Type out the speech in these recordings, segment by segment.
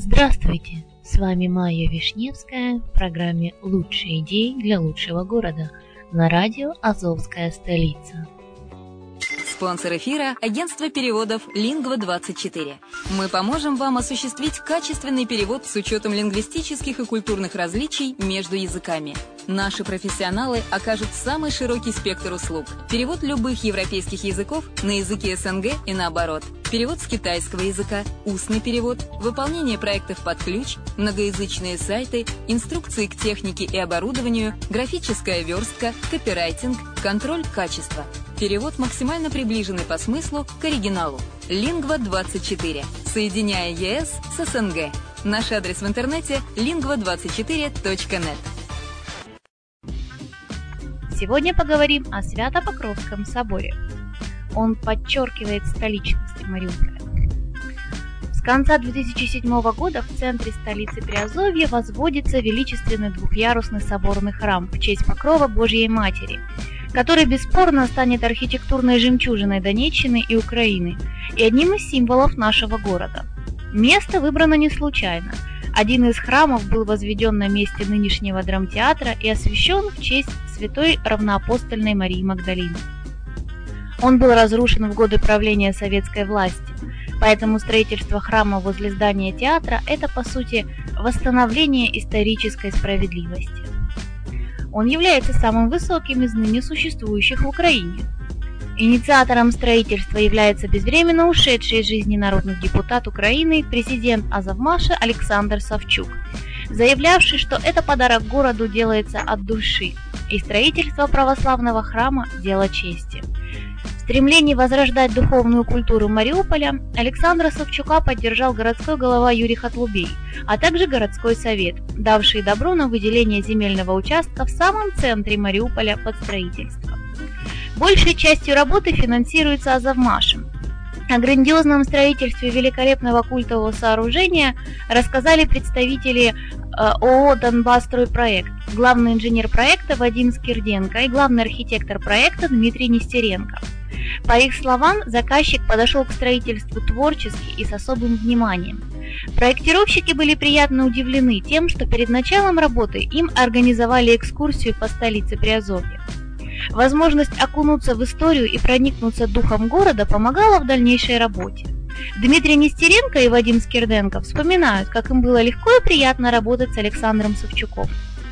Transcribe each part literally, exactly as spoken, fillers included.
Здравствуйте! С вами Майя Вишневская в программе «Лучшие идеи для лучшего города» на радио «Азовская столица». Спонсор эфира – агентство переводов лингва двадцать четыре. Мы поможем вам осуществить качественный перевод с учетом лингвистических и культурных различий между языками. Наши профессионалы окажут самый широкий спектр услуг. Перевод любых европейских языков на языки СНГ и наоборот. Перевод с китайского языка, устный перевод, выполнение проектов под ключ, многоязычные сайты, инструкции к технике и оборудованию, графическая верстка, копирайтинг, контроль качества. Перевод максимально приближенный по смыслу к оригиналу. лингва двадцать четыре. Соединяя ЕС с СНГ. Наш адрес в интернете лингва двадцать четыре точка нет. Сегодня поговорим о Свято-Покровском соборе. Он подчеркивает столичность Мариуполя. С конца две тысячи седьмого года в центре столицы Приазовья возводится величественный двухъярусный соборный храм в честь Покрова Божьей Матери, который бесспорно станет архитектурной жемчужиной Донеччины и Украины и одним из символов нашего города. Место выбрано не случайно. Один из храмов был возведен на месте нынешнего драмтеатра и освящен в честь святой равноапостольной Марии Магдалины. Он был разрушен в годы правления советской власти, поэтому строительство храма возле здания театра – это, по сути, восстановление исторической справедливости. Он является самым высоким из ныне существующих в Украине. Инициатором строительства является безвременно ушедший из жизни народный депутат Украины, президент Азовмаша Александр Савчук, заявлявший, что это подарок городу делается от души, и строительство православного храма – дело чести. В стремлении возрождать духовную культуру Мариуполя Александра Савчука поддержал городской голова Юрий Хатлубей, а также городской совет, давший добро на выделение земельного участка в самом центре Мариуполя под строительство. Большей частью работы финансируется Азовмашем. О грандиозном строительстве великолепного культового сооружения рассказали представители ООО «Донбасстройпроект», главный инженер проекта Вадим Скирденко и главный архитектор проекта Дмитрий Нестеренко. По их словам, заказчик подошел к строительству творчески и с особым вниманием. Проектировщики были приятно удивлены тем, что перед началом работы им организовали экскурсию по столице Приазовья. Возможность окунуться в историю и проникнуться духом города помогала в дальнейшей работе. Дмитрий Нестеренко и Вадим Скирденко вспоминают, как им было легко и приятно работать с Александром Савчуком.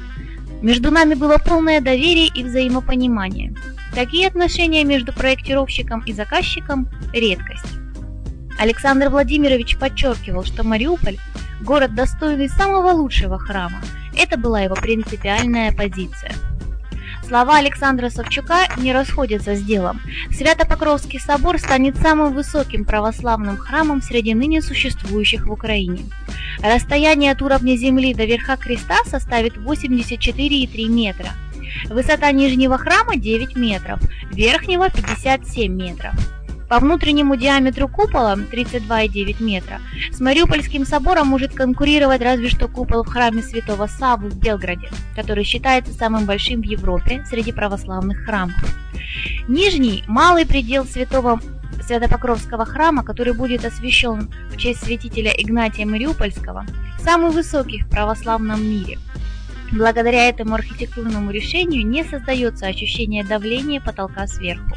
Между нами было полное доверие и взаимопонимание. Такие отношения между проектировщиком и заказчиком – редкость. Александр Владимирович подчеркивал, что Мариуполь – город, достойный самого лучшего храма. Это была его принципиальная позиция. Слова Александра Савчука не расходятся с делом. Свято-Покровский собор станет самым высоким православным храмом среди ныне существующих в Украине. Расстояние от уровня земли до верха креста составит восемьдесят четыре и три метра. Высота нижнего храма девять метров, верхнего пятьдесят семь метров. По внутреннему диаметру купола тридцать два и девять метра с Мариупольским собором может конкурировать разве что купол в храме Святого Саввы в Белграде, который считается самым большим в Европе среди православных храмов. Нижний, малый предел Святого Свято-Покровского храма, который будет освящен в честь святителя Игнатия Мариупольского, самый высокий в православном мире. Благодаря этому архитектурному решению не создается ощущение давления потолка сверху.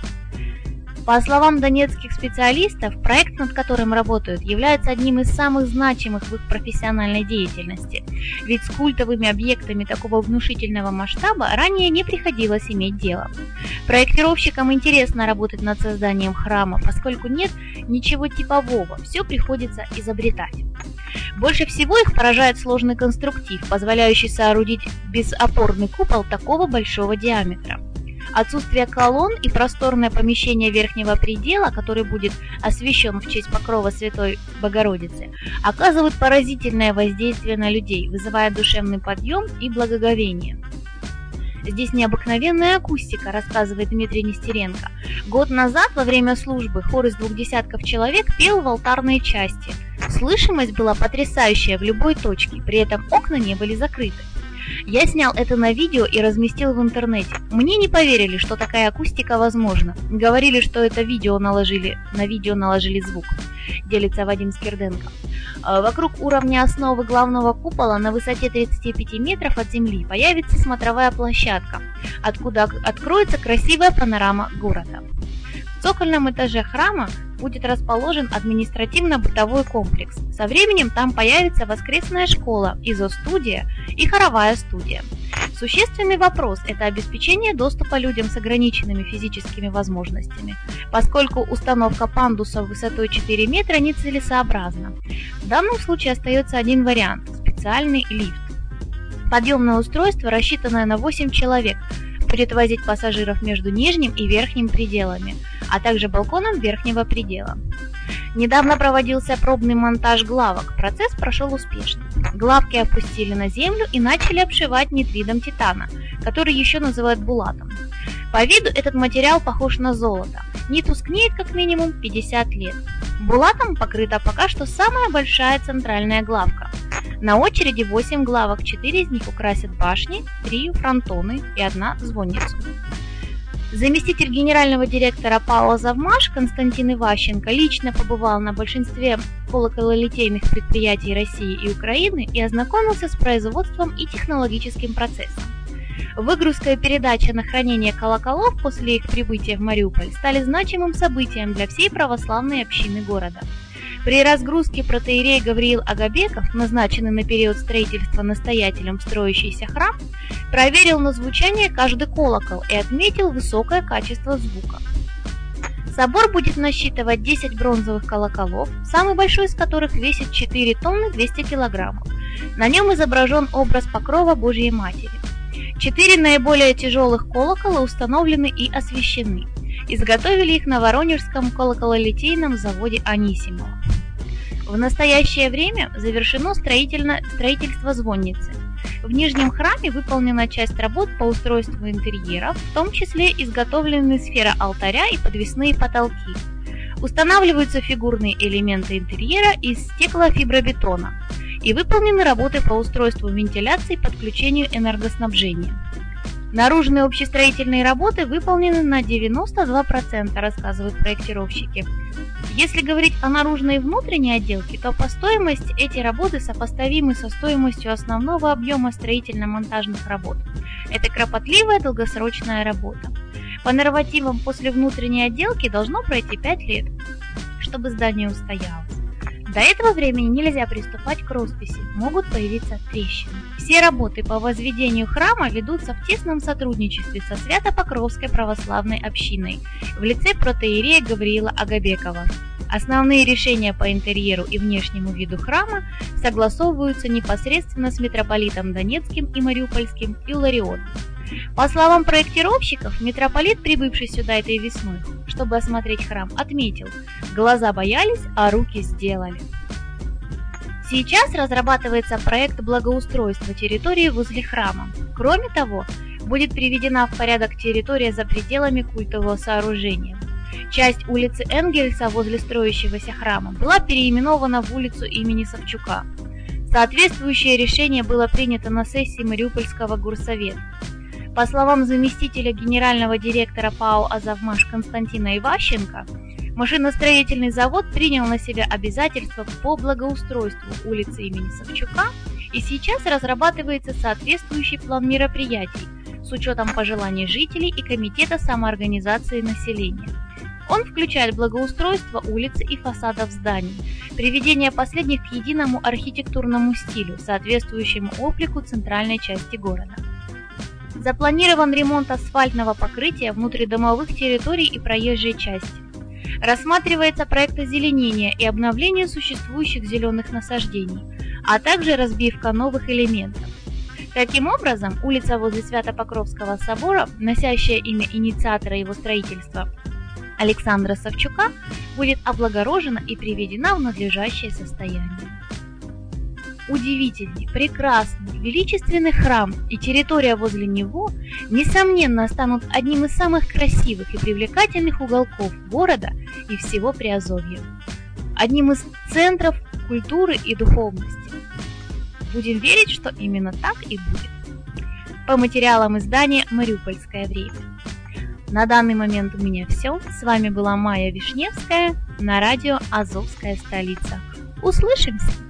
По словам донецких специалистов, проект, над которым работают, является одним из самых значимых в их профессиональной деятельности, ведь с культовыми объектами такого внушительного масштаба ранее не приходилось иметь дело. Проектировщикам интересно работать над созданием храма, поскольку нет ничего типового, все приходится изобретать. Больше всего их поражает сложный конструктив, позволяющий соорудить безопорный купол такого большого диаметра. Отсутствие колонн и просторное помещение верхнего предела, который будет освящен в честь покрова Святой Богородицы, оказывают поразительное воздействие на людей, вызывая душевный подъем и благоговение. Здесь необыкновенная акустика, рассказывает Дмитрий Нестеренко. Год назад во время службы хор из двух десятков человек пел в алтарные части. Слышимость была потрясающая в любой точке, при этом окна не были закрыты. Я снял это на видео и разместил в интернете. Мне не поверили, что такая акустика возможна. Говорили, что это видео наложили, на видео наложили звук, делится Вадим Скирденко. Вокруг уровня основы главного купола на высоте тридцати пяти метров от земли появится смотровая площадка, откуда откроется красивая панорама города. В цокольном этаже храма будет расположен административно-бытовой комплекс. Со временем там появится воскресная школа, изо-студия и хоровая студия. Существенный вопрос – это обеспечение доступа людям с ограниченными физическими возможностями, поскольку установка пандуса высотой четыре метра нецелесообразна. В данном случае остается один вариант – специальный лифт. Подъемное устройство, рассчитанное на восемь человек, будет возить пассажиров между нижним и верхним пределами, а также балконом верхнего предела. Недавно проводился пробный монтаж главок. Процесс прошел успешно. Главки опустили на землю и начали обшивать нитридом титана, который еще называют булатом. По виду этот материал похож на золото. Не тускнеет как минимум пятьдесят лет. Булатом покрыта пока что самая большая центральная главка. На очереди восемь главок, четыре из них украсят башни, три фронтоны и одна звонницу. Заместитель генерального директора ПАО «Азовмаш» Константин Иващенко лично побывал на большинстве колокололитейных предприятий России и Украины и ознакомился с производством и технологическим процессом. Выгрузка и передача на хранение колоколов после их прибытия в Мариуполь стали значимым событием для всей православной общины города. При разгрузке протоиерей Гавриил Агабеков, назначенный на период строительства настоятелем в строящийся храм, проверил на звучание каждый колокол и отметил высокое качество звука. Собор будет насчитывать десять бронзовых колоколов, самый большой из которых весит четыре тонны двести килограммов. На нем изображен образ покрова Божьей Матери. Четыре наиболее тяжелых колокола установлены и освящены. Изготовили их на Воронежском колокололитейном заводе Анисимова. В настоящее время завершено строительство звонницы. В Нижнем храме выполнена часть работ по устройству интерьеров, в том числе изготовлены сфера алтаря и подвесные потолки. Устанавливаются фигурные элементы интерьера из стеклофибробетона и выполнены работы по устройству вентиляции и подключению энергоснабжения. Наружные общестроительные работы выполнены на девяносто два процента, рассказывают проектировщики. Если говорить о наружной и внутренней отделке, то по стоимости эти работы сопоставимы со стоимостью основного объема строительно-монтажных работ. Это кропотливая долгосрочная работа. По нормативам после внутренней отделки должно пройти пять лет, чтобы здание устоялось. До этого времени нельзя приступать к росписи, могут появиться трещины. Все работы по возведению храма ведутся в тесном сотрудничестве со Свято-Покровской православной общиной в лице протоиерея Гавриила Агабекова. Основные решения по интерьеру и внешнему виду храма согласовываются непосредственно с митрополитом Донецким и Мариупольским Илларионом. По словам проектировщиков, митрополит, прибывший сюда этой весной, чтобы осмотреть храм, отметил: глаза боялись, а руки сделали. Сейчас разрабатывается проект благоустройства территории возле храма. Кроме того, будет приведена в порядок территория за пределами культового сооружения. Часть улицы Энгельса возле строящегося храма была переименована в улицу имени Савчука. Соответствующее решение было принято на сессии Мариупольского горсовета. По словам заместителя генерального директора ПАО «Азовмаш» Константина Иващенко, машиностроительный завод принял на себя обязательства по благоустройству улицы имени Савчука, и сейчас разрабатывается соответствующий план мероприятий с учетом пожеланий жителей и Комитета самоорганизации населения. Он включает благоустройство улиц и фасадов зданий, приведение последних к единому архитектурному стилю, соответствующему облику центральной части города. Запланирован ремонт асфальтного покрытия внутридомовых территорий и проезжей части. Рассматривается проект озеленения и обновления существующих зеленых насаждений, а также разбивка новых элементов. Таким образом, улица возле Свято-Покровского собора, носящая имя инициатора его строительства Александра Савчука, будет облагорожена и приведена в надлежащее состояние. Удивительный, прекрасный, величественный храм и территория возле него, несомненно, станут одним из самых красивых и привлекательных уголков города и всего Приазовья, одним из центров культуры и духовности. Будем верить, что именно так и будет. По материалам издания «Мариупольское время». На данный момент у меня все. С вами была Майя Вишневская на радио «Азовская столица». Услышимся!